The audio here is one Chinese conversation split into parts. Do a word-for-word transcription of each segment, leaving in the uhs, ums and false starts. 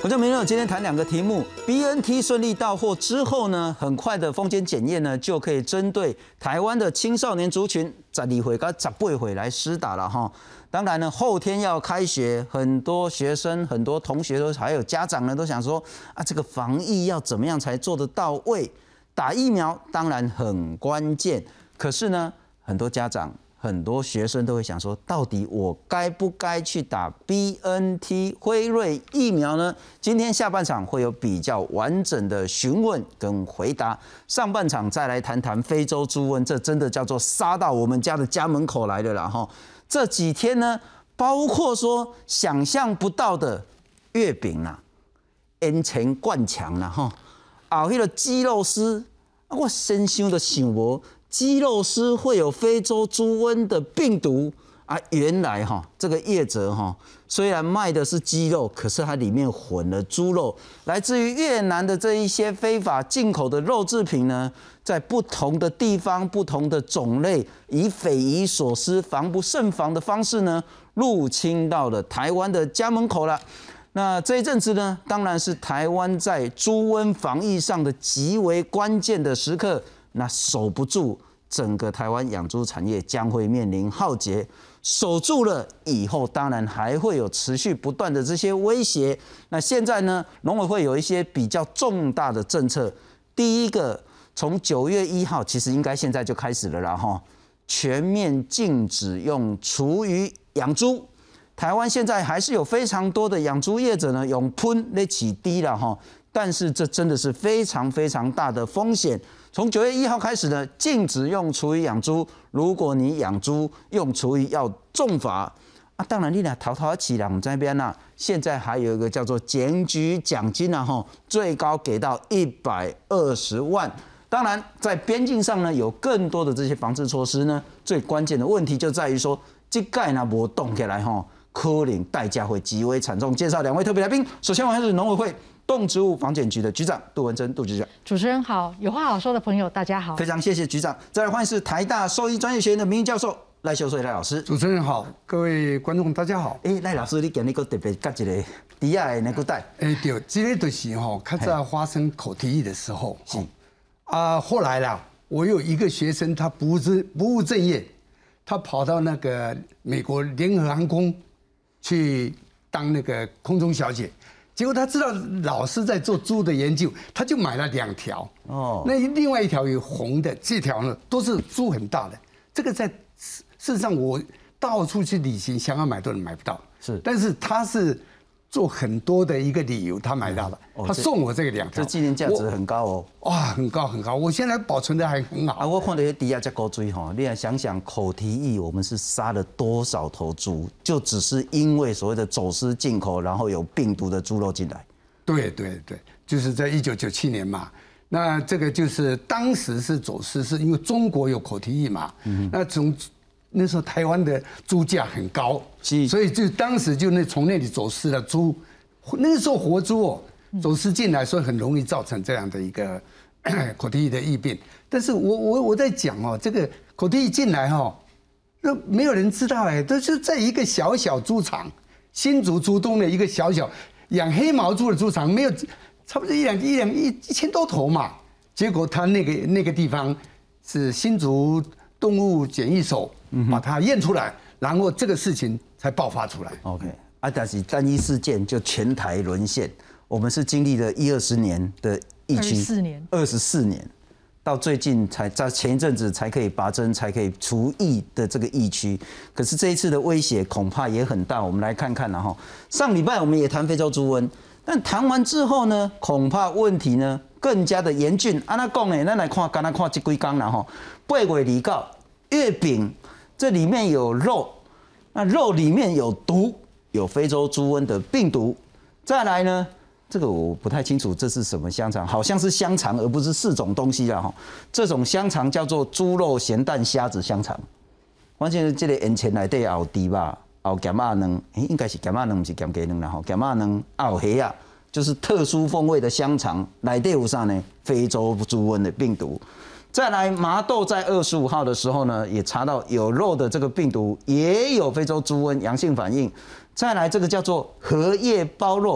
我叫明友，今天谈两个题目。B N T 顺利到货之后呢，很快的封检检验呢，就可以针对台湾的青少年族群，十二岁到十八岁来施打了哈。当然呢，后天要开学，很多学生、很多同学都还有家长呢，都想说啊，这个防疫要怎么样才做得到位？打疫苗当然很关键，可是呢，很多家长。很多学生都会想说，到底我该不该去打 B N T 辉瑞疫苗呢？今天下半场会有比较完整的询问跟回答，上半场再来谈谈非洲猪瘟，这真的叫做杀到我们家的家门口来了啦哈！这几天呢，包括说想象不到的月饼啦、烟尘灌墙啦哈，还有那个鸡肉丝，我真想都想无。鸡肉丝会有非洲猪瘟的病毒啊！原来哈，这个业者哈，虽然卖的是鸡肉，可是它里面混了猪肉，来自于越南的这一些非法进口的肉制品呢，在不同的地方、不同的种类，以匪夷所思、防不胜防的方式呢，入侵到了台湾的家门口了。那这一阵子呢，当然是台湾在猪瘟防疫上的极为关键的时刻。那守不住，整个台湾养猪产业将会面临浩劫。守住了以后，当然还会有持续不断的这些威胁。那现在呢，农委会有一些比较重大的政策。第一个，从九月一号，其实应该现在就开始了啦哈，全面禁止用厨余养猪。台湾现在还是有非常多的养猪业者呢，用喷来起低了哈，但是这真的是非常非常大的风险。从九月一号开始呢，禁止用厨余养猪。如果你养猪用厨余，要重罚啊！当然，你俩淘淘起来，我们这边呢，现在还有一个叫做检举奖金啊，哈，最高给到一百二十万。当然，在边境上呢，有更多的这些防治措施呢。最关键的问题就在于说，这盖呢无动起来哈，可能代价会极为惨重。介绍两位特别来宾，首先我们是农委会动植物防检局的局长杜文珍，杜局长。 主持人好，有话好说的朋友大家好， 非常谢谢局长。再来欢迎是台大兽医专业学院的名誉教授赖秀穗赖老师。 主持人好，各位观众大家好。 哎、欸，赖老师，你今日个特别夹一个猪仔的那个带。 哎、欸，对，这个就是吼，较早发生口蹄疫的时候，是啊，后来啦，我有一个学生，他不务不务正业，他跑到那个美国联合航空去当那个空中小姐。结果他知道老师在做猪的研究，他就买了两条。哦，那另外一条有红的，这条呢都是猪很大的。这个在事实上我到处去旅行，想要买都能买不到。是，但是他是做很多的一个理由，他买到了。他送我这个两条， 这纪念价值很高哦。 哇，很高很高，我现在保存的还很好。 啊，我看到些猪仔这高追哈，你来想想口蹄疫，我们是杀了多少头猪？就只是因为所谓的走私进口，然后有病毒的猪肉进来。 对对对，就是在一九九七年嘛。那这个就是当时是走私，是因为中国有口蹄疫嘛。嗯、那从那时候台湾的猪价很高，所以就当时就那从那里走私了猪，那个时候活猪哦。走私进来，所以很容易造成这样的一个口蹄疫的疫病。但是我我我在讲哦，这个口蹄疫进来哈、哦，那没有人知道哎，都是在一个小小猪场，新竹竹东的一个小小养黑毛猪的猪场，没有差不多一两一两一一千多头嘛。结果他那个那个地方是新竹动物检疫所把它验出来，然后这个事情才爆发出来。 OK， 啊，但是单一事件就全台沦陷。我们是经历了一二十年的疫区， 二十四年， 二十四年，到最近才在前一阵子才可以拔针，才可以除疫的这个疫区。可是这一次的威胁恐怕也很大。我们来看看然后上礼拜我们也谈非洲猪瘟，但谈完之后呢，恐怕问题呢更加的严峻。按那讲呢，咱来看，刚才看这几天然后八月二告月饼，这里面有肉，那肉里面有毒，有非洲猪瘟的病毒。再来呢？这个我不太清楚，这是什么香肠？好像是香肠，而不是四种东西啦哈。这种香肠叫做猪肉咸蛋虾子香肠。关键是这个烟钱内底有猪肉，有咸鸭卵，诶，应该是咸鸭卵，不是咸鸡卵啦吼。咸鸭卵有虾啊，就是特殊风味的香肠，内底有啥呢？非洲猪瘟的病毒。再来，麻豆在二十五号的时候呢，也查到有肉的这个病毒也有非洲猪瘟阳性反应。再来，这个叫做荷叶包肉。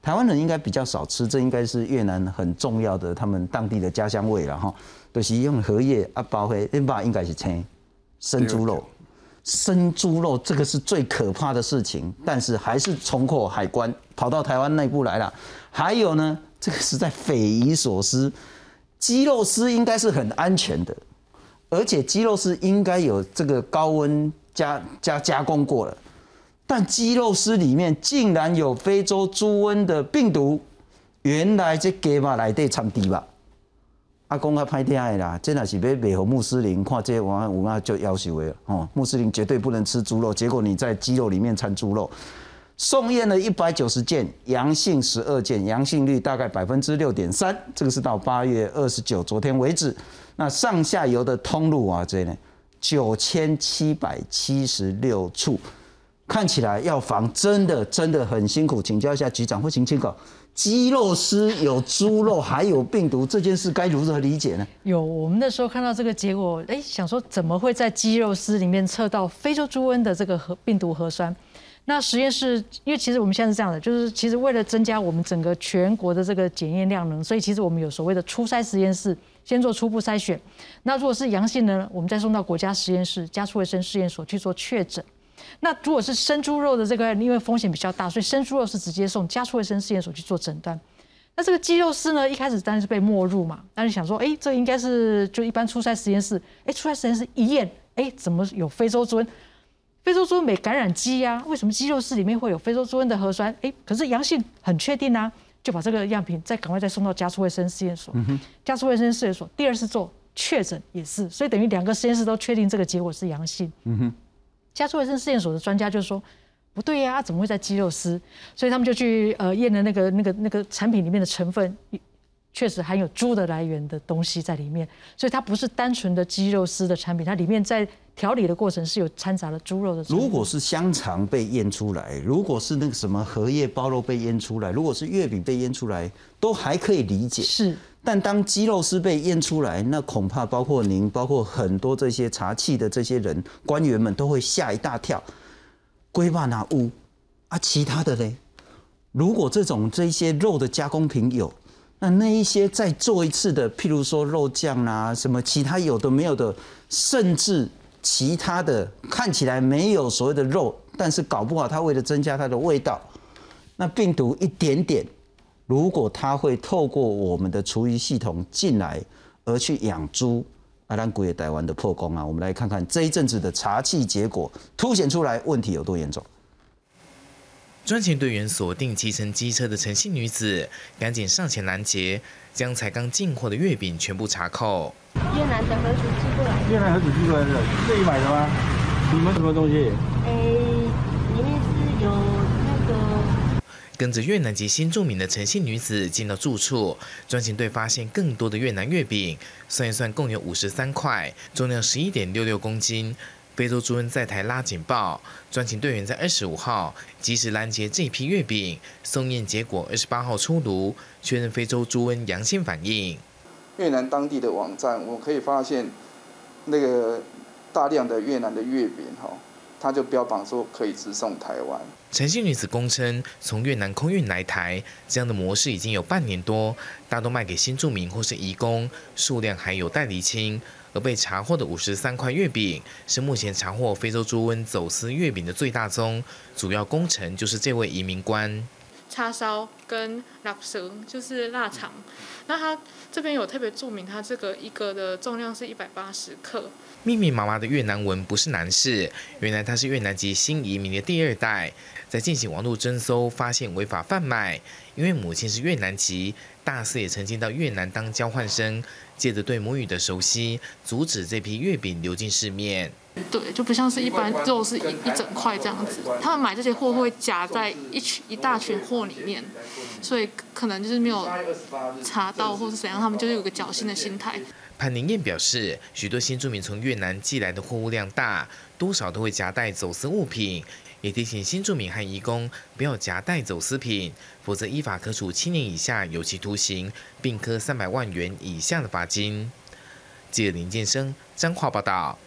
台湾人应该比较少吃，这应该是越南很重要的他们当地的家乡味了哈。就是用荷叶啊包回，你把应该是青生猪肉。生猪肉这个是最可怕的事情，但是还是冲过海关跑到台湾内部来了。还有呢，这个实在匪夷所思，鸡肉丝应该是很安全的，而且鸡肉丝应该有这个高温加加加工过了，但鸡肉丝里面竟然有非洲猪瘟的病毒，原来这鸡肉内底掺猪肉。啊，讲较歹听的啦，这若是要卖给穆斯林，看这我有啊就要求的哦，穆斯林绝对不能吃猪肉，结果你在鸡肉里面掺猪肉，送验了一百九十件，阳性十二件，阳性率大概百分之六点三，这个是到八月二十九昨天为止。那上下游的通路啊，这呢九千七百七十六处，看起来要防真的真的很辛苦，请教一下局长或请请教。鸡肉丝有猪肉还有病毒，这件事该如何理解呢？ 有，我们那时候看到这个结果，哎，想说怎么会在鸡肉丝里面测到非洲猪瘟的这个核病毒核酸？那实验室，因为其实我们现在是这样的，就是其实为了增加我们整个全国的这个检验量能，所以其实我们有所谓的初筛实验室，先做初步筛选。那如果是阳性呢，我们再送到国家实验室家畜卫生试验所去做确诊。那如果是生猪肉的这个，因为风险比较大，所以生猪肉是直接送家畜卫生试验所去做诊断。那这个鸡肉丝呢，一开始当然是被没入嘛，但是想说，哎，这应该是就一般初筛实验室，哎，初筛实验室一验，哎，怎么有非洲猪瘟？非洲猪瘟没感染鸡呀、啊，为什么鸡肉丝里面会有非洲猪瘟的核酸？哎，可是阳性很确定啊，就把这个样品再赶快再送到家畜卫生试验所。嗯、家畜卫生试验所第二次做确诊也是，所以等于两个实验室都确定这个结果是阳性。嗯哼。家畜卫生试验所的专家就说不对呀、啊，怎么会在鸡肉丝？所以他们就去呃验了那个那个那个产品里面的成分，确实含有猪的来源的东西在里面，所以它不是单纯的鸡肉丝的产品，它里面在调理的过程是有掺杂了猪肉的。 如果是香肠被验出来，如果是那个什么荷叶包肉被验出来，如果是月饼被验出来，都还可以理解。 是。 但当鸡肉丝被验出来，那恐怕包括您，包括很多这些查气的这些人、官员们都会吓一大跳。龟巴拿乌啊，其他的嘞，如果这种这些肉的加工品有，那那一些再做一次的，譬如说肉酱啊，什么其他有的没有的，甚至其他的看起来没有所谓的肉，但是搞不好它为了增加它的味道，那病毒一点点。如果它会透过我们的厨余系统进来，而去养猪，啊，咱规个台湾的破功啊！我们来看看这一阵子的查气结果，凸显出来问题有多严重。 专勤队员锁定骑乘机车的陈姓女子，赶紧上前拦截，将才刚进货的月饼全部查扣。 越南的盒子寄过来， 越南盒子寄过来的，自己买的吗？你们什么东西？ 诶，里面是有那个。 跟着越南籍新住民的陈姓女子进到住处，专勤队发现更多的越南月饼，算一算共有五十三块，重量十一点六六公斤。非洲猪瘟在台拉警报，专勤队员在二十五号及时拦截这批月饼，送验结果二十八号出炉，确认非洲猪瘟阳性反应。 越南当地的网站，我可以发现那个大量的越南的月饼哈。他就标榜说可以直送台湾。 陈姓女子供称，从越南空运来台，这样的模式已经有半年多，大多卖给新住民或是移工，数量还有待厘清。而被查获的五十三块月饼，是目前查获非洲猪瘟走私月饼的最大宗，主要功臣就是这位移民官。 叉烧跟腊蛇就是腊肠，那它这边有特别注明，它这个一个的重量是一百八十克。 密密麻麻的越南文不是难事，原来他是越南籍新移民的第二代，在进行网络征搜，发现违法贩卖。因为母亲是越南籍，大四也曾经到越南当交换生，借着对母语的熟悉，阻止这批月饼流进市面。 对，就不像是一般肉是一一整块这样子，他们买这些货会夹在一群一大群货里面，所以可能就是没有查到或是怎样，他们就是有个侥幸的心态。 潘宁燕表示，许多新住民从越南寄来的货物量大，多少都会夹带走私物品，也提醒新住民和移工不要夹带走私品，否则依法可处七年以下有期徒刑，并科三百万元以下的罚金。记者林建生彰化报道。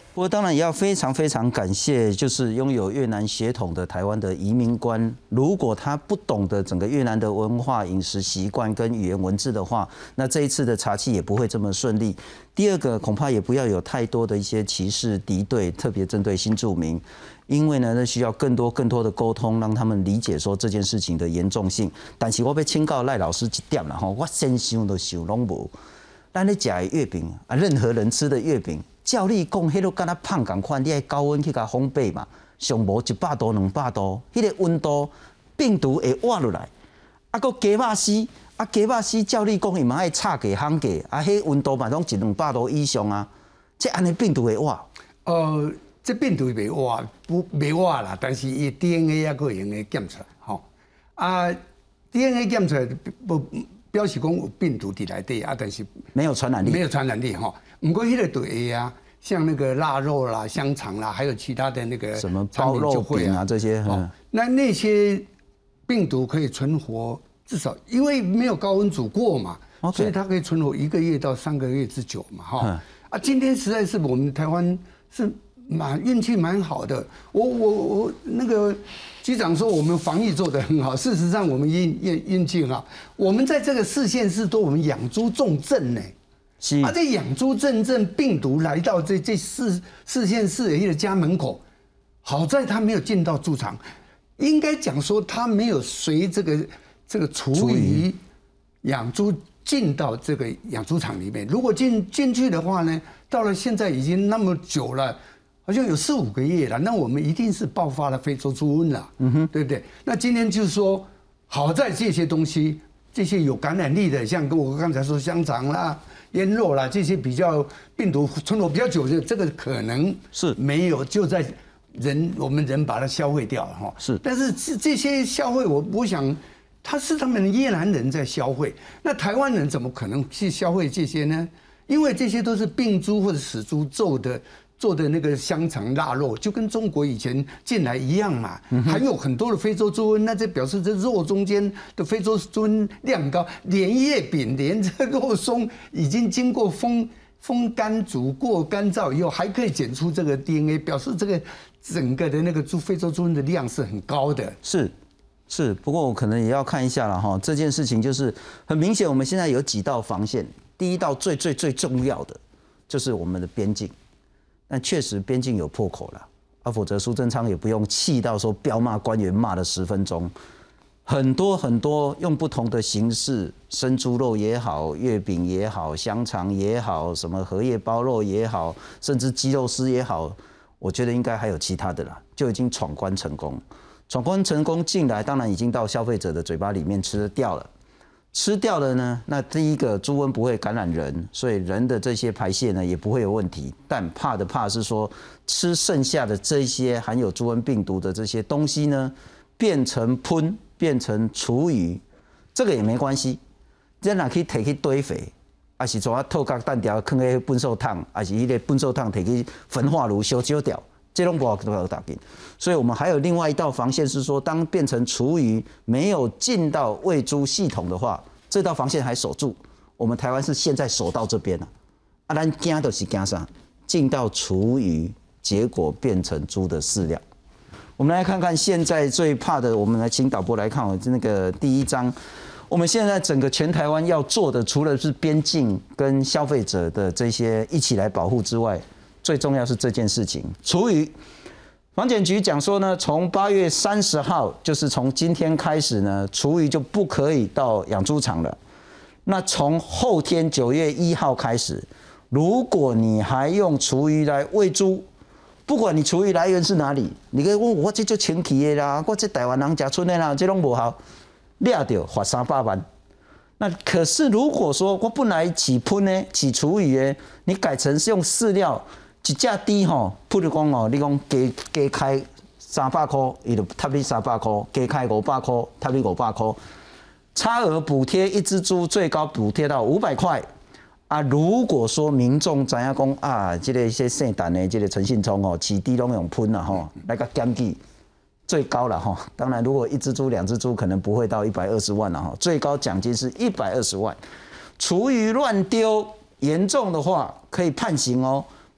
不过当然也要非常非常感谢，就是拥有越南血统的台湾的移民官，如果他不懂得整个越南的文化、饮食习惯跟语言文字的话，那这一次的查缉也不会这么顺利。第二个，恐怕也不要有太多的一些歧视敌对，特别针对新住民，因为呢，那需要更多更多的沟通，让他们理解说这件事情的严重性。但是我要请教赖老师一点啦吼，我先想都想拢无，咱咧食的月饼啊，任何人吃的月饼。照你讲，迄个敢若胖共款，你爱高温去甲烘焙嘛，上无一百度、两百度，迄个温度病毒会活落来。啊，佮鸡肉丝，啊鸡肉丝照你讲，伊嘛爱炒价、烘价，啊，迄温度嘛拢一两百度以上啊，这安尼病毒会活？ 呃，这病毒袂活，不袂活啦，但是伊 D N A 还佫会用来检出来，吼。啊 ，D N A 检出来不表示讲有病毒伫内底啊，但是没有传染力， 没有传染力吼。不过迄个就会啊。像那个腊肉啦、香肠啦，还有其他的那个什么包肉饼啊这些， 哦，那那些病毒可以存活至少，因为没有高温煮过嘛， okay. 所以它可以存活一个月到三个月之久嘛，哈。啊，今天实在是我们台湾是蛮运气蛮好的。我我我那个局长说我们防疫做得很好，事实上我们运运运气很好，我们在这个四县市都我们养猪重症呢。啊，这养猪真正病毒来到这这四四县市的家门口，好在它没有进到猪场，应该讲说它没有随这个这个厨余养猪进到这个养猪场里面。如果进进去的话呢，到了现在已经那么久了，好像有四五个月了，那我们一定是爆发了非洲猪瘟了，嗯哼，对不对？那今天就是说，好在这些东西，这些有感染力的，像我刚才说香肠啦。腌肉啦，这些比较病毒存活比较久的，这个可能是没有，就在人我们人把它消费掉了哈。是，但是这这些消费，我我想，他是他们越南人在消费，那台湾人怎么可能去消费这些呢？因为这些都是病猪或者死猪做的。做的那个香肠腊肉，就跟中国以前进来一样嘛，还有很多的非洲猪瘟，那这表示这肉中间的非洲猪瘟量高，连月饼连这肉松已经经过风风干煮过干燥以后，还可以检出这个 D N A， 表示这个整个的那个猪非洲猪瘟的量是很高的。 是是，不过我可能也要看一下了哈，这件事情就是很明显，我们现在有几道防线，第一道最最最重要的就是我们的边境。但确实边境有破口了，啊，否则苏贞昌也不用气到说彪骂官员骂了十分钟，很多很多用不同的形式，生猪肉也好，月饼也好，香肠也好，什么荷叶包肉也好，甚至鸡肉丝也好，我觉得应该还有其他的啦，就已经闯关成功，闯关成功进来，当然已经到消费者的嘴巴里面吃得掉了。吃掉了呢，那第一个猪瘟不会感染人，所以人的这些排泄呢也不会有问题。但怕的怕是说，吃剩下的这些含有猪瘟病毒的这些东西呢，变成喷，变成厨余，这个也没关系。咱若去摕去堆肥，还是从啊透角弹条放喺粪扫桶，还是迄个粪扫桶摕去焚化炉烧烧掉。这种不好都要打紧，所以我们还有另外一道防线是说，当变成厨余没有进到喂猪系统的话，这道防线还守住。我们台湾是现在守到这边了，啊，咱惊的是惊啥？进到厨余，结果变成猪的饲料。我们来看看现在最怕的，我们来请导播来看我那个第一章。我们现在整个全台湾要做的，除了是边境跟消费者的这些一起来保护之外，最重要是这件事情，厨余。防检局讲说呢，从八月三十号，就是从今天开始呢，厨余就不可以到养猪场了。那从后天九月一号开始，如果你还用厨余来喂猪，不管你厨余来源是哪里，你可以问我这就清气的啦，我这台湾人吃剩的啦，这拢不好，抓到罚三百万。那可是如果说我本来起喷呢，起厨余呢，你改成是用饲料。一只猪吼，譬如讲哦，你讲加加开三百块，伊就摊你三百块；加开五百块，摊你五百块。差额补贴一只猪最高补贴到五百块啊！如果说民众知影讲啊，这个一些姓陈的，这个陈信聪哦，饲猪拢用喷啦吼，来个检举最高了哈。当然，如果一只猪、两只猪，可能不会到一百二十万了哈。最高奖金是一百二十万。厨余乱丢，严重的话可以判刑哦。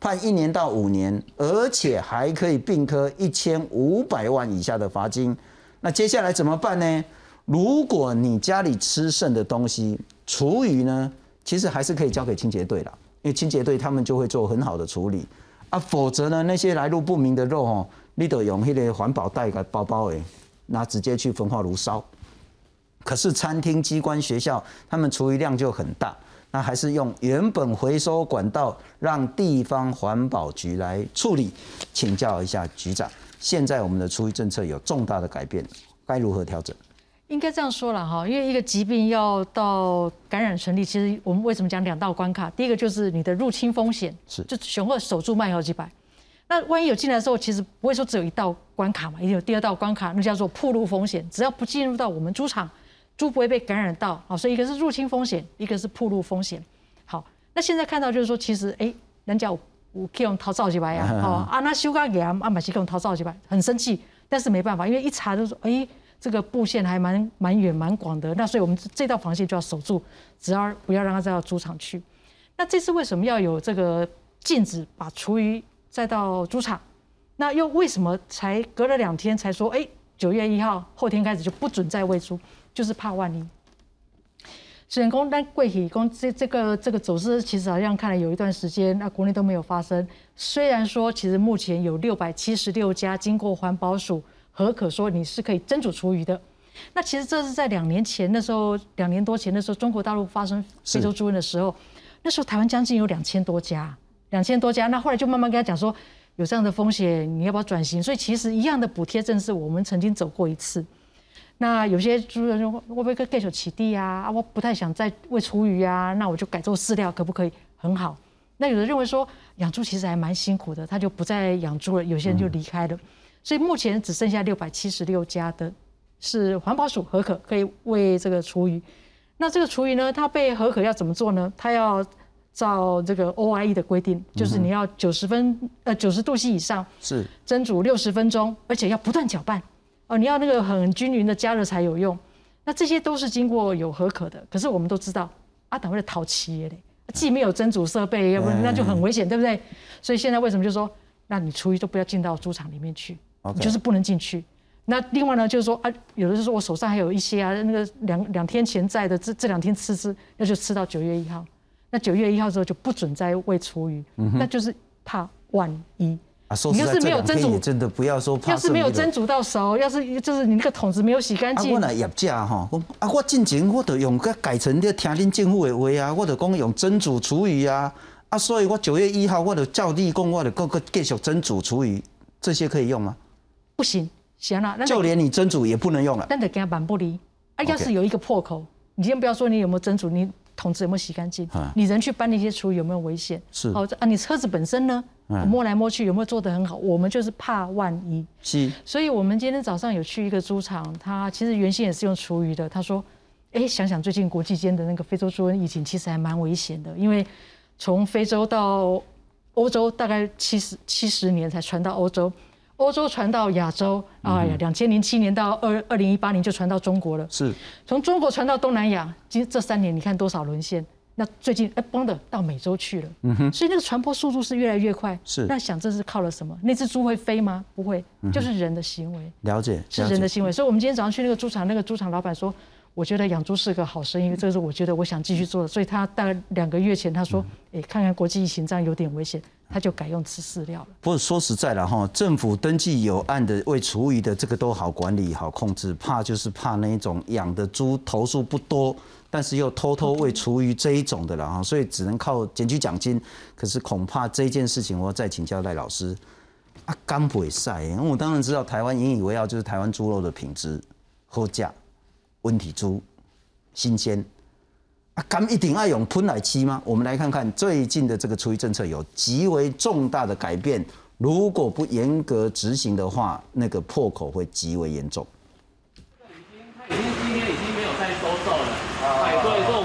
判一年到五年，而且还可以并科一千五百万以下的罚金。那接下来怎么办呢？如果你家里吃剩的东西，厨余呢，其实还是可以交给清洁队啦，因为清洁队他们就会做很好的处理啊。否则呢，那些来路不明的肉哦，你得用那个环保袋给包包诶，那直接去焚化炉烧。可是餐厅、机关、学校，他们厨余量就很大，那还是用原本回收管道让地方环保局来处理。请教一下局长，现在我们的厨余政策有重大的改变，该如何调整？ 应该这样说了哈，因为一个疾病要到感染成立，其实我们为什么讲两道关卡？第一个就是你的入侵风险，是就雄鹤守住卖好几百。那万一有进来的时候，其实不会说只有一道关卡嘛，一定有第二道关卡，那叫做暴露风险。只要不进入到我们猪场，猪不会被感染到。好，所以一个是入侵风险，一个是暴露风险。好，那现在看到就是说，其实哎，人家有有去用逃造几百呀，哦啊那修改给啊，马西用逃造几百，很生气，但是没办法，因为一查就说，哎，这个布线还蛮蛮远蛮广的，那所以我们这道防线就要守住，只要不要让它再到猪场去。那这次为什么要有这个禁止把厨余再到猪场？那又为什么才隔了两天才说，哎，九月一号后天开始就不准再喂猪？就是怕万一。虽然讲但贵体讲这这个这个走势，其实好像看了有一段时间，那国内都没有发生。虽然说，其实目前有六百七十六家经过环保署核可说你是可以蒸煮厨余的。那其实这是在两年前，那时候两年多前的时候，中国大陆发生非洲猪瘟的时候，那时候台湾将近有两千多家，两千多家。那后来就慢慢跟他讲说，有这样的风险，你要不要转型？所以其实一样的补贴政策，我们曾经走过一次。那有些猪人说，会不会跟盖手起地啊？啊，我不太想再喂厨余啊，那我就改做饲料，可不可以？很好。那有人认为说，养猪其实还蛮辛苦的，他就不再养猪了，有些人就离开了。所以目前只剩下六百七十六家的是环保署核可可以喂这个厨余。那这个厨余呢，它被核可要怎么做呢？它要照这个 O I E 的规定，就是你要九十分呃九十度 C 以上，是蒸煮六十分钟，而且要不断搅拌。哦，你要那个很均匀的加热才有用。那这些都是经过有核可的。可是我们都知道，阿党为了讨企业嘞，既没有蒸煮设备，要不然那就很危险，对不对？所以现在为什么就说，那你厨余都不要进到猪场里面去，你就是不能进去。那另外呢，就是说啊，有的是说我手上还有一些啊，那个两两天前在的，这这两天吃吃，那就吃到九月一号。那九月一号之后就不准再喂厨余，嗯、那就是怕万一。 啊、你要是没有蒸煮，真的不要说怕。 要是没有蒸煮到熟，要是就是你那个桶子没有洗干净。 啊，我来业者吼，啊，我进前我就用个改成咧听恁政府的话啊，我就讲用蒸煮厨余啊，啊，所以我九月一号我就照你讲，我就个个继续蒸煮厨余，这些可以用吗？不行，行了，就连你蒸煮也不能用了。 那得给它板不离啊，要是有一个破口，你先不要说你有没有蒸煮，你桶子有没有洗干净？你人去搬那些厨余有没有危险？是。好啊，你车子本身呢？摸来摸去有没有做得很好？我们就是怕万一。是。所以我们今天早上有去一个猪场，他其实原先也是用厨余的。他说：“哎，想想最近国际间的那个非洲猪瘟疫情，其实还蛮危险的，因为从非洲到欧洲大概七十七十年才传到欧洲，欧洲传到亚洲，哎呀，两千零七年到二二零一八年就传到中国了。是。从中国传到东南亚，其实这三年你看多少沦陷。”那最近哎，崩的到美洲去了，嗯哼，所以那个传播速度是越来越快。是，那想这是靠了什么？那只猪会飞吗？不会，就是人的行为。了解，是人的行为。所以，我们今天早上去那个猪场，那个猪场老板说，我觉得养猪是个好生意，这是我觉得我想继续做的。所以他大概两个月前他说，哎，看看国际疫情这样有点危险，他就改用吃饲料了。不过说实在了哈，政府登记有案的喂厨余的这个都好管理、好控制，怕就是怕那一种养的猪头数不多。但是又偷偷喂厨余这一种的了哈，所以只能靠检举奖金。可是恐怕这件事情，我要再请教赖老师啊，干不会晒。因为我当然知道台湾引以为傲就是台湾猪肉的品质、好价、温体猪、新鲜。啊，干一定要用喷来吃吗？我们来看看最近的这个厨余政策有极为重大的改变，如果不严格执行的话，那个破口会极为严重。 已经今天已经没有再收售了。哎，对，所以我们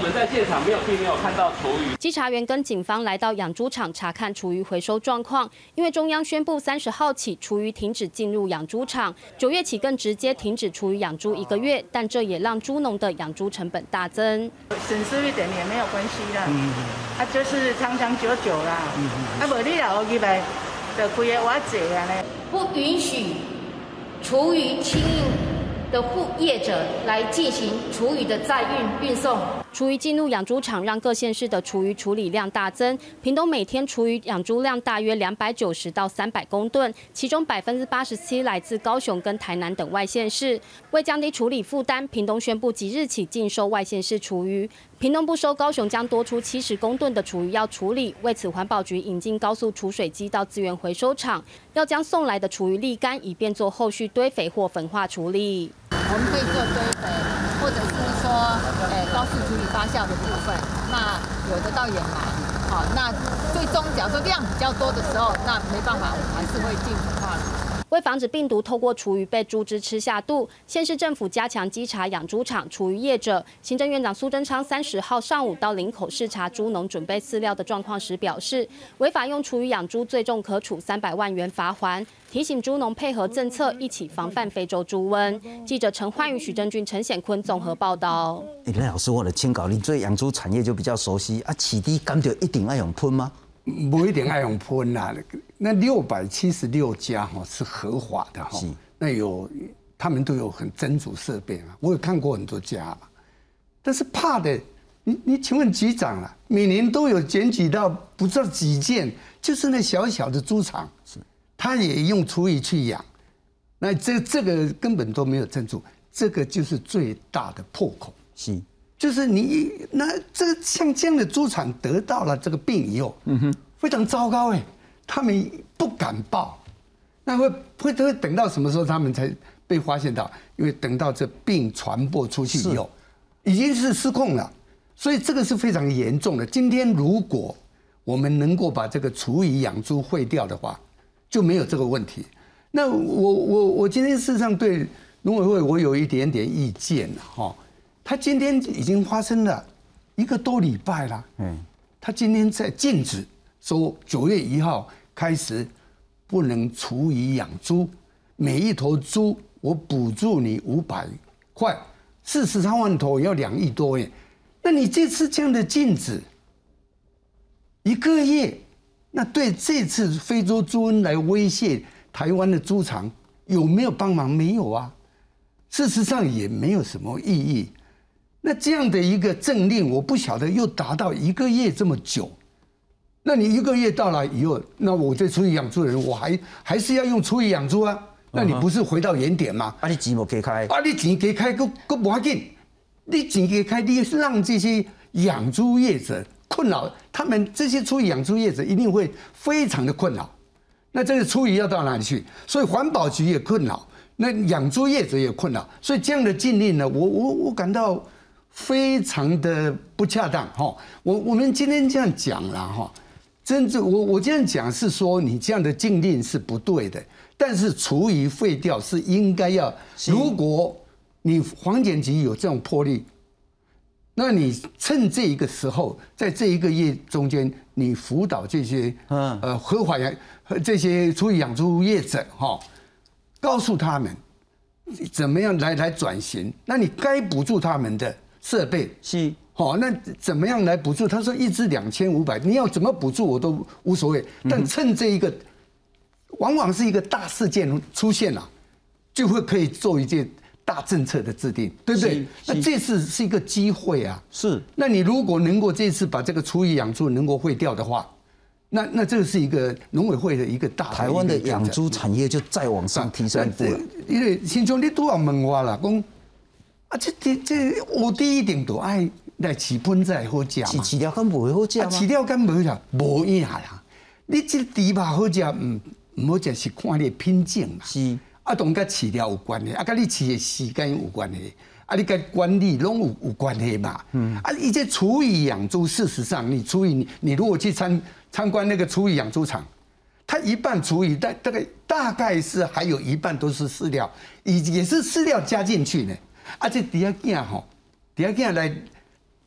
们在现场没有，并没有看到厨余。 稽查员跟警方来到养猪场查看厨余回收状况，因为中央宣布三十号起厨余停止进入养猪场，九月起更直接停止厨余养猪一个月，但这也让猪农的养猪成本大增。 省事一点也没有关系啦，嗯、啊，就是长长久久啦，嗯、啊，无你老入来，就规个瓦济啊呢。 不允许厨余清运的户业者来进行厨余的载运运送。 厨余进入养猪场，让各县市的厨余处理量大增。屏东每天厨余养猪量大约两百九十到三百公吨，其中百分之八十七来自高雄跟台南等外县市。为降低处理负担，屏东宣布即日起禁收外县市厨余。屏东不收，高雄将多出七十公吨的厨余要处理。为此，环保局引进高速储水机到资源回收厂，要将送来的厨余沥干，以便做后续堆肥或焚化处理。 我们可以做堆肥，或者是说，呃，高速处理发酵的部分。那有的倒也买，好，那最终假如说量比较多的时候，那没办法，我们还是会进焚化炉。 为防止病毒透过厨余被猪只吃下肚，县市政府加强稽查养猪场、厨余业者。行政院长苏贞昌三十号上午到林口视察猪农准备饲料的状况时表示，违法用厨余养猪，最重可处三百万元罚锾。提醒猪农配合政策，一起防范非洲猪瘟。记者陈焕宇、许正俊、陈显坤综合报道。 哎，赖老师，我的请教你，对养猪产业就比较熟悉啊，饲猪敢就一定要用喷吗？ 不一定要用喷啦，那六百七十六家哈是合法的哈，那有他们都有很整组设备啊，我有看过很多家，但是怕的，你你请问局长啊，每年都有检举到不知道几件，就是那小小的猪场，他也用厨余去养，那这这个根本都没有整组，这个就是最大的破口， 是。 就是你那这个像这样的猪场得到了这个病以后，嗯哼，非常糟糕哎，他们不敢报，那会会会等到什么时候他们才被发现到？因为等到这病传播出去以后，已经是失控了，所以这个是非常严重的。今天如果我们能够把这个厨余养猪废掉的话，就没有这个问题。那我我我今天事实上对农委会我有一点点意见哈。他今天已经发生了一个多礼拜了，嗯，他今天在禁止说九月一号开始不能厨余养猪，每一头猪我补助你五百块，四十三万头要两亿多元，那你这次这样的禁止一个月，那对这次非洲猪瘟来威胁台湾的猪场有没有帮忙？没有啊，事实上也没有什么意义。那这样的一个政令，我不晓得又达到一个月这么久，那你一个月到了以后，那我这厨余养猪的人，我还还是要用厨余养猪啊？那你不是回到原点吗？ 啊，你钱没给开， 啊，你钱给开，够够不要紧，你钱给开，你让这些养猪业者困扰，他们这些厨余养猪业者一定会非常的困扰。那这个厨余要到哪里去？所以环保局也困扰，那养猪业者也困扰，所以这样的禁令呢，我我我感到非常的不恰当哈，我我们今天这样讲了哈，真正我我这样讲是说你这样的禁令是不对的，但是厨余废掉是应该要，如果你环检局有这种魄力，那你趁这一个时候，在这一个月中间，你辅导这些呃合法养这些厨余养猪业者哈，告诉他们怎么样来来转型，那你该补助他们的设备是， 好，那怎么样来补助？他说一支两千五百，你要怎么补助我都无所谓。但趁这一个，往往是一个大事件出现了，就会可以做一件大政策的制定，对不对？那这次是一个机会啊。 是， 那你如果能够这次把这个厨余养猪能够废掉的话，那那这个是一个农委会的一个大的台湾的养猪产业就再往上提升一步了。 因为先兄你都要问我啦，讲。啊，这这这，我第一定都爱来饲喷才好食嘛。 饲饲料敢不会好食吗？ 饲料敢不会食，无影啦。你这猪肉好食，唔唔好食是看你的品种啦。 是。 啊，同甲饲料有关系，啊，甲你饲的时间有关系，啊，你甲管理拢有有关系嘛。嗯。啊，你这厨余养猪，事实上你厨余，你你如果去参参观那个厨余养猪场，它一半厨余，大大概大概是还有一半都是饲料，也也是饲料加进去呢。啊，这底下囝吼，底下囝来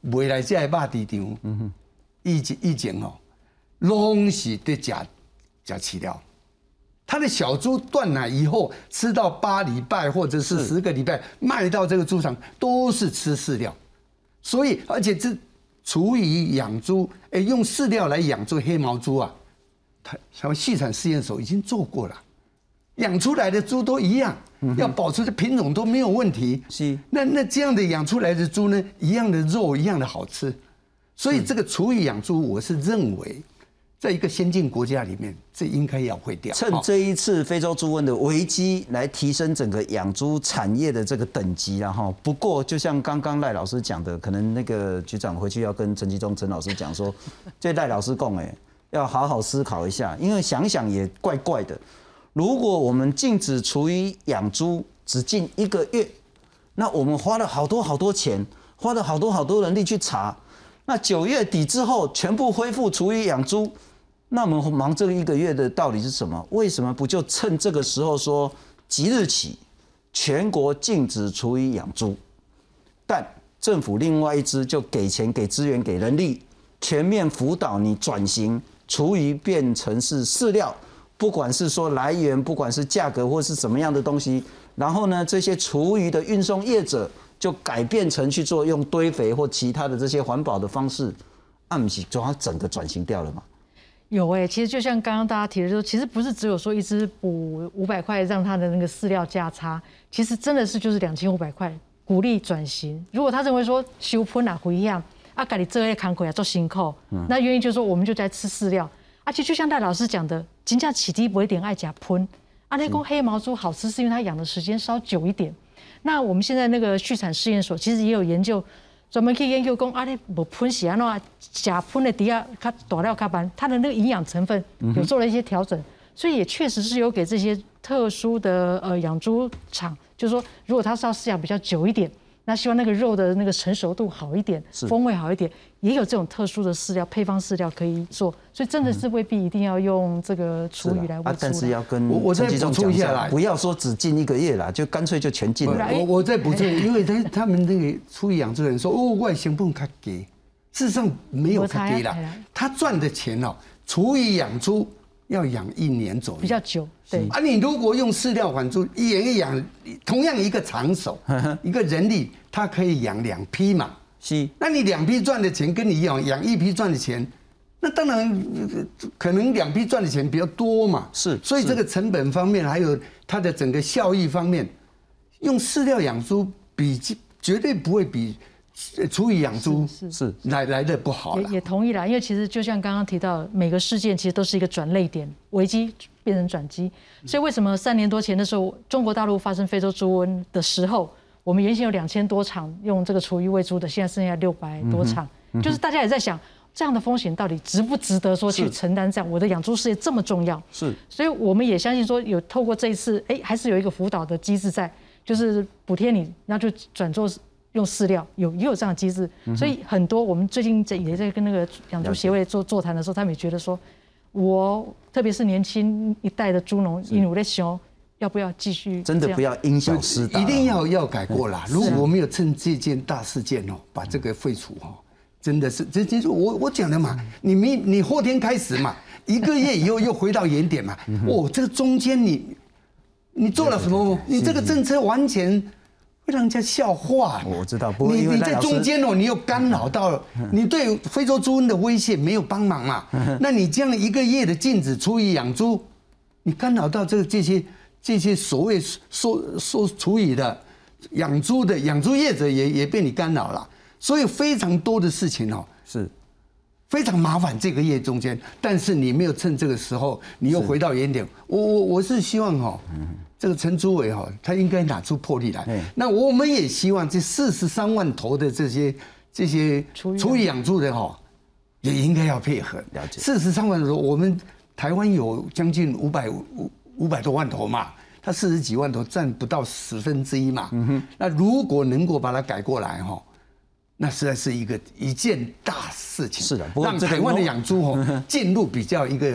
买来这肉市场，嗯哼，以以前哦，拢是在吃吃饲料。他的小猪断奶以后，吃到八礼拜或者是十个礼拜，卖到这个猪场都是吃饲料，所以而且这厨余养猪，哎，用饲料来养猪黑毛猪啊，它像畜产试验所已经做过了，养出来的猪都一样，要保持的品种都没有问题。 是， 那那这样的养出来的猪呢，一样的肉一样的好吃，所以这个厨余养猪，我是认为。在一个先进国家里面，这应该要会掉。 趁这一次非洲猪瘟的危机，来提升整个养猪产业的这个等级，然后不过就像刚刚赖老师讲的，可能那个局长回去要跟陈其中陈老师讲说，这赖老师讲哎，要好好思考一下，因为想想也怪怪的。如果我们禁止厨余养猪只禁一个月，那我们花了好多好多钱，花了好多好多人力去查，那九月底之后全部恢复厨余养猪。那我们忙这一个月的道理是什么？为什么不就趁这个时候说，即日起全国禁止厨余养猪，但政府另外一支就给钱、给资源、给人力，全面辅导你转型厨余变成是饲料，不管是说来源，不管是价格或是什么样的东西，然后呢，这些厨余的运送业者就改变成去做用堆肥或其他的这些环保的方式，按不是就要整个转型掉了吗？ 有哎、欸，其实就像刚刚大家提的说，其实不是只有说一只补五百块让他的那个饲料价差，其实真的是就是两千五百块鼓励转型。如果他认为说收喷啊回样啊，家己做些工课也做辛苦，那愿意就说我们就在吃饲料。而且就像戴老师讲的，真正起低不一点爱加喷。啊，那公黑毛猪好吃是因为它养的时间稍久一点。那我们现在那个畜产试验所其实也有研究。专门去研究讲啊，你无喷是安怎假喷的底下较大料较慢，它的那个营养成分有做了一些调整，所以也确实是有给这些特殊的呃养猪场，就是说如果它是要饲养比较久一点，那希望那个肉的那个成熟度好一点，风味好一点，也有这种特殊的饲料配方饲料可以做，所以真的是未必一定要用这个厨余来喂猪、啊。 但是要跟我我再补充一下啦， 不要说只禁一个月啦，就干脆就全禁了。 我我再补充，因为他他们那个厨余养猪人说哦，外成本较低，事实上没有较低啦，他赚的钱哦，厨余养猪要养一年左右， 比较久。对啊，你如果用饲料还猪，一人养同样一个场所，一个人力，他可以养两批嘛。 是， 那你两批赚的钱跟你养养一批赚的钱，那当然可能两批赚的钱比较多嘛。 是， 所以这个成本方面，还有它的整个效益方面，用饲料养猪比绝对不会比厨余养猪是来来的不好了。 也也同意啦，因为其实就像刚刚提到，每个事件其实都是一个转捩点，危机变成转机。所以为什么三年多前的时候，中国大陆发生非洲猪瘟的时候，我们原先有两千多场用这个厨余喂猪的，现在剩下六百多场，嗯、就是大家也在想，这样的风险到底值不值得说去承担？这样我的养猪事业这么重要， 是，所以我们也相信说，有透过这一次，哎，还是有一个辅导的机制在，就是补贴你，然后就转做用饲料，有也有这样的机制。所以很多我们最近在也在跟那个养猪协会做座谈的时候，他们也觉得说，我特别是年轻一代的猪农，因为我在想。要不要继续？ 真的不要因小失大， 一定要要改过啦。如果我没有趁这件大事件哦，把这个废除哦，真的是这这我我讲的嘛，你明你后天开始嘛，一个月以后又回到原点嘛。哦，这个中间你你做了什么？你这个政策完全会让人家笑话。 我知道， 你你在中间哦，你又干扰到了，你对非洲猪瘟的威胁没有帮忙嘛？那你这样一个月的禁止厨余养猪，你干扰到这个这些。这些所谓收收厨余的养猪的养猪业者也也被你干扰了，所以非常多的事情哦， 是非常麻烦。这个月中间，但是你没有趁这个时候，你又回到原点。我我我是希望哈、哦，这个陈主委哈，他应该拿出魄力来。那我们也希望这四十三万头的这些这些厨余养猪的哈，也应该要配合。 了解， 四十三万头，我们台湾有将近五百五。五百多万头嘛，它四十几万头占不到十分之一嘛。嗯哼，那如果能够把它改过来哈，那实在是一个一件大事情。 是的， 让台湾的养猪哈进入比较一个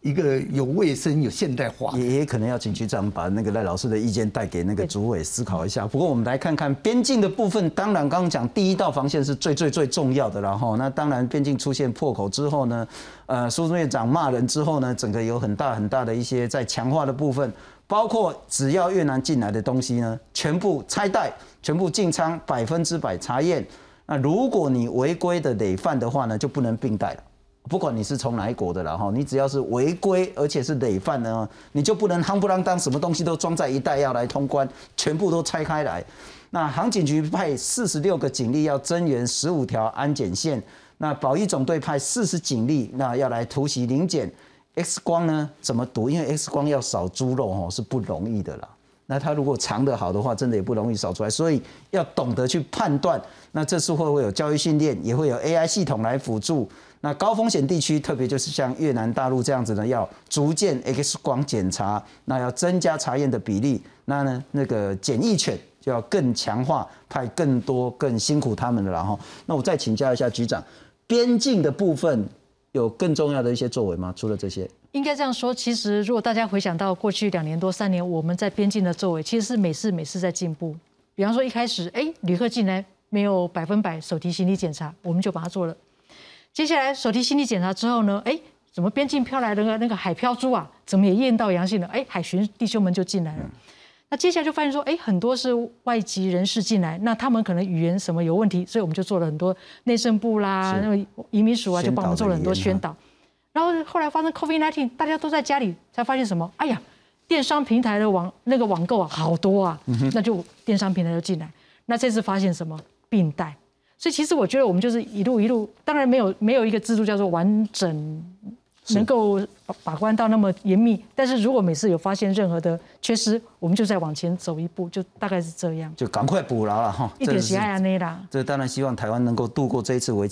一个有卫生、有现代化， 也也可能要请局长把那个赖老师的意见带给那个主委思考一下。不过我们来看看边境的部分，当然刚刚讲第一道防线是最最最重要的，然后那当然边境出现破口之后呢，呃，苏院长骂人之后呢，整个有很大很大的一些在强化的部分，包括只要越南进来的东西呢，全部拆袋，全部进仓，百分之百查验。那如果你违规的累犯的话呢，就不能并袋了。不管你是从哪一国的啦哈，你只要是违规而且是累犯呢，你就不能夯不啷当什么东西都装在一袋要来通关，全部都拆开来。那航警局派四十六个警力要增援十五条安检线，那保一总队派四十警力，那要来突袭临检。X 光呢怎么读？因为 X 光要扫猪肉哦是不容易的啦。那他如果藏得好的话，真的也不容易扫出来，所以要懂得去判断。那这次会不会有教育训练，也会有 A I 系统来辅助？那高风险地区，特别就是像越南、大陆这样子呢，要逐渐 X 光检查，那要增加查验的比例。那呢，那个检疫犬就要更强化，派更多、更辛苦他们的了哈。那我再请教一下局长，边境的部分有更重要的一些作为吗？除了这些？ 应该这样说，其实如果大家回想到过去两年多、三年，我们在边境的作为，其实是每次每次在进步。比方说一开始，哎，旅客进来没有百分百手提行李检查，我们就把它做了。接下来手提行李检查之后呢，哎，怎么边境飘来的那个那个海漂猪啊，怎么也验到阳性了？哎，海巡弟兄们就进来了。那接下来就发现说，哎，很多是外籍人士进来，那他们可能语言什么有问题，所以我们就做了很多内政部啦、那个移民署啊，就帮我们做了很多宣导。然后后来发生 COVID 十九， 大家都在家里，才发现什么？哎呀，电商平台的网那个网购啊，好多啊，那就电商平台就进来。那这次发现什么？并贷。所以其实我觉得我们就是一路一路，当然没有没有一个制度叫做完整能够把关到那么严密，但是如果每次有发现任何的缺失，我们就再往前走一步，就大概是这样， 就赶快补牢了哈。 一点喜爱啊那啦。 这当然希望台湾能够度过这一次危机。